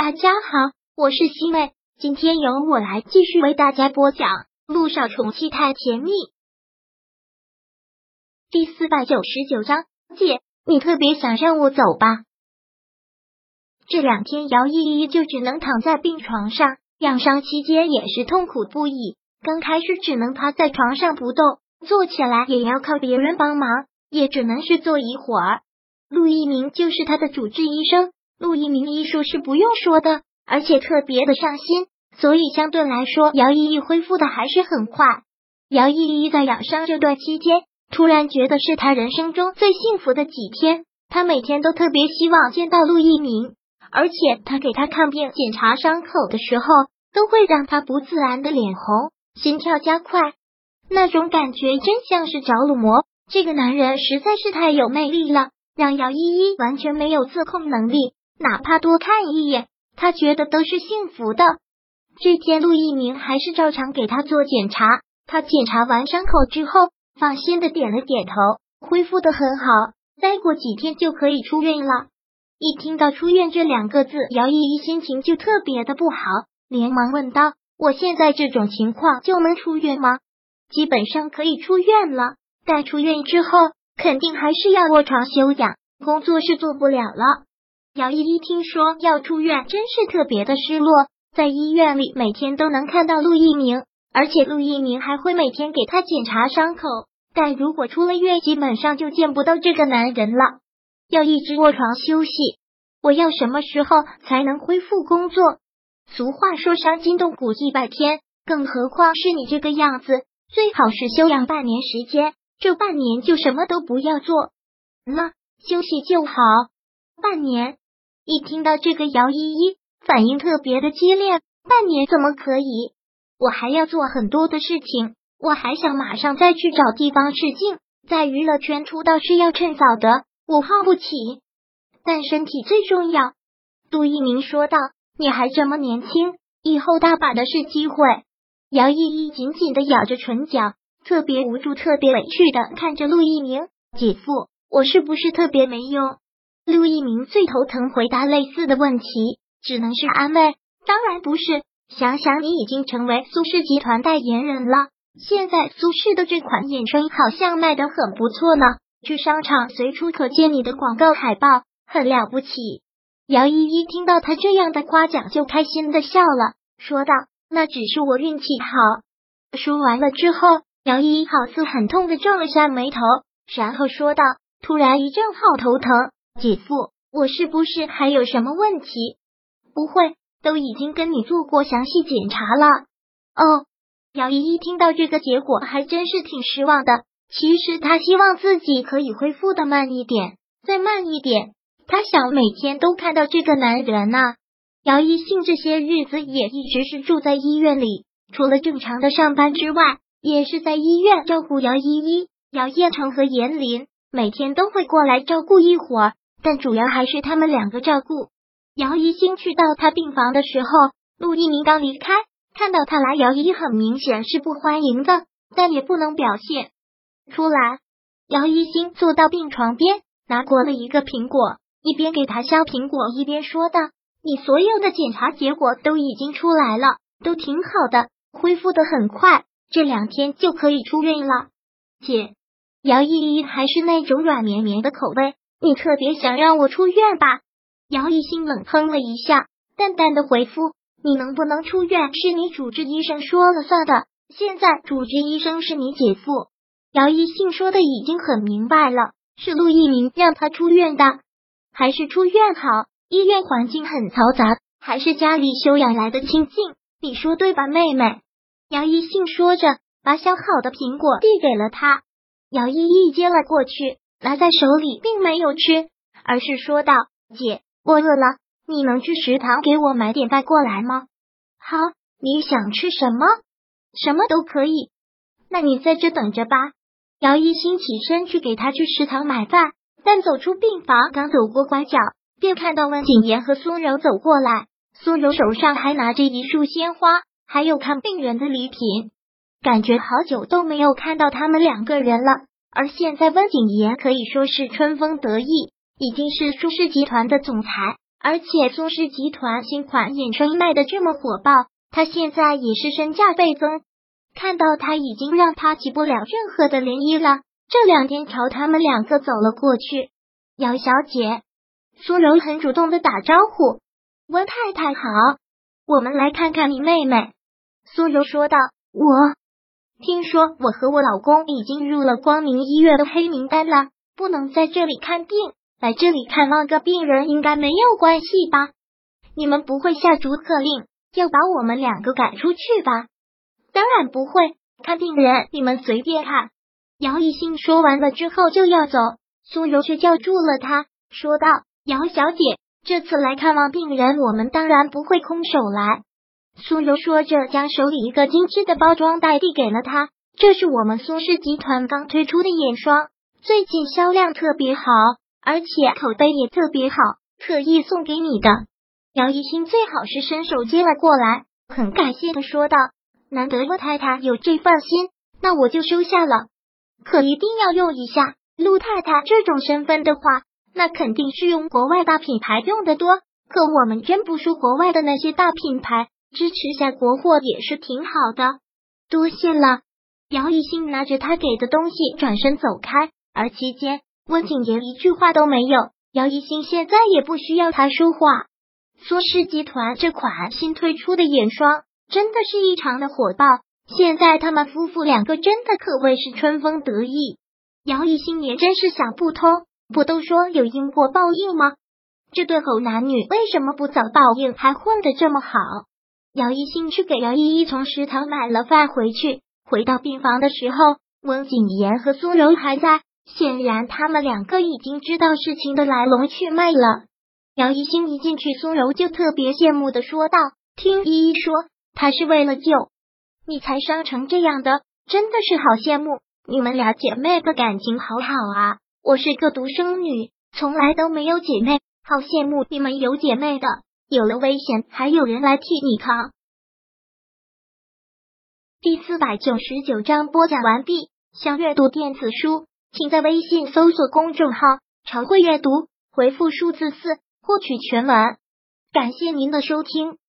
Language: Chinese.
大家好，我是西妹，今天由我来继续为大家播讲《陆少宠妻太甜蜜》第499章。姐，你特别想让我走吧？这2天姚依依就只能躺在病床上，养伤期间也是痛苦不已。刚开始只能趴在床上不动，坐起来也要靠别人帮忙，也只能是坐一会儿。陆一鸣就是他的主治医生，陆一鸣医术是不用说的，而且特别的上心，所以相对来说姚依依恢复的还是很快。姚依依在养伤这段期间，突然觉得是她人生中最幸福的几天，她每天都特别希望见到陆一鸣，而且他给她看病检查伤口的时候，都会让她不自然的脸红，心跳加快，那种感觉真像是着了魔。这个男人实在是太有魅力了，让姚依依完全没有自控能力，哪怕多看一眼，她觉得都是幸福的。这天陆一鸣还是照常给她做检查，他检查完伤口之后，放心的点了点头，恢复的很好，再过几天就可以出院了。一听到出院这2个字，姚依依心情就特别的不好，连忙问道：我现在这种情况就能出院吗？基本上可以出院了，但出院之后肯定还是要卧床休养，工作是做不了了。姚依依听说要出院，真是特别的失落。在医院里每天都能看到陆一鸣，而且陆一鸣还会每天给她检查伤口，但如果出了院，基本上就见不到这个男人了，要一直卧床休息。我要什么时候才能恢复工作？俗话说伤筋动骨100天，更何况是你这个样子，最好是休养半年时间，这半年就什么都不要做了，休息就好。半年，一听到这个姚依依反应特别的激烈，半年怎么可以？我还要做很多的事情，我还想马上再去找地方试镜，在娱乐圈出道是要趁早的，我耗不起，但身体最重要。陆一鸣说道，你还这么年轻，以后大把的是机会。姚依依紧紧的咬着唇角，特别无助特别委屈的看着陆一鸣，姐夫，我是不是特别没用？陆一鸣最头疼回答类似的问题，只能是安慰，当然不是，想想你已经成为苏氏集团代言人了，现在苏氏的这款眼霜好像卖得很不错呢，去商场随处可见你的广告海报，很了不起。姚依依听到他这样的夸奖就开心的笑了，说道，那只是我运气好。说完了之后，姚依依好似很痛的皱了下眉头，然后说道，突然一阵好头疼，姐夫，我是不是还有什么问题？不会，都已经跟你做过详细检查了。哦，姚依依听到这个结果还真是挺失望的，其实她希望自己可以恢复的慢一点，再慢一点，她想每天都看到这个男人啊。姚一信这些日子也一直是住在医院里，除了正常的上班之外，也是在医院照顾姚依依、姚彦成和严林，每天都会过来照顾一会儿，但主要还是他们2个照顾。姚一新去到他病房的时候，陆一鸣刚离开，看到他来，姚一很明显是不欢迎的，但也不能表现出来。姚一新坐到病床边，拿过了一个苹果，一边给他削苹果，一边说道，你所有的检查结果都已经出来了，都挺好的，恢复的很快，这2天就可以出院了。姐，姚依依还是那种软绵绵的口味，你特别想让我出院吧？姚一新冷哼了一下，淡淡的回复，你能不能出院是你主治医生说了算的，现在主治医生是你姐夫。姚一信说的已经很明白了，是陆一鸣让他出院的。还是出院好，医院环境很嘈杂，还是家里休养来的清静，你说对吧妹妹？姚一信说着，把削好的苹果递给了他。姚依依接了过去，拿在手里并没有吃，而是说道，姐，我饿了，你能去食堂给我买点饭过来吗？好，你想吃什么？什么都可以。那你在这等着吧。姚一新起身去给他去食堂买饭，但走出病房，刚走过拐角，便看到温景言和苏柔走过来。苏柔手上还拿着一束鲜花，还有看病人的礼品，感觉好久都没有看到他们2个人了。而现在温景言可以说是春风得意，已经是苏氏集团的总裁， 而且苏氏集团新款眼霜卖的这么火爆，他现在也是身价倍增。看到他已经让他起不了任何的涟漪了，这两天朝他们两个走了过去。姚小姐，苏柔很主动的打招呼。温太太好，我们来看看你妹妹。苏柔说道。我听说我和我老公已经入了光明医院的黑名单了，不能在这里看病，来这里看望个病人应该没有关系吧？你们不会下逐客令，要把我们两个赶出去吧？当然不会，看病人你们随便看。姚一兴说完了之后就要走，苏柔却叫住了他，说道：姚小姐，这次来看望病人，我们当然不会空手来。苏柔说着，将手里一个精致的包装袋递给了他，这是我们苏氏集团刚推出的眼霜，最近销量特别好，而且口碑也特别好，特意送给你的。姚一兴最好是伸手接了过来，很感谢的说道：难得陆太太有这份心，那我就收下了。可一定要用一下，陆太太这种身份的话，那肯定是用国外大品牌用的多，可我们真不输国外的那些大品牌，支持下国货也是挺好的。多谢了。姚一兴拿着他给的东西转身走开，而期间温景言一句话都没有。姚一兴现在也不需要他说话。苏氏集团这款新推出的眼霜真的是异常的火爆，现在他们夫妇两个真的可谓是春风得意。姚一兴也真是想不通，不都说有因果报应吗？这对狗男女为什么不早报应，还混得这么好？姚一兴去给姚依依从食堂买了饭回去，回到病房的时候，温景言和苏柔还在，显然他们两个已经知道事情的来龙去脉了。姚一兴一进去，苏柔就特别羡慕的说道：听依依说，她是为了救你才伤成这样的，真的是好羡慕，你们俩姐妹的感情好好啊，我是个独生女，从来都没有姐妹，好羡慕你们有姐妹的，有了危险还有人来替你扛。第499章播讲完毕。想阅读电子书，请在微信搜索公众号常会阅读，回复数字4获取全文。感谢您的收听。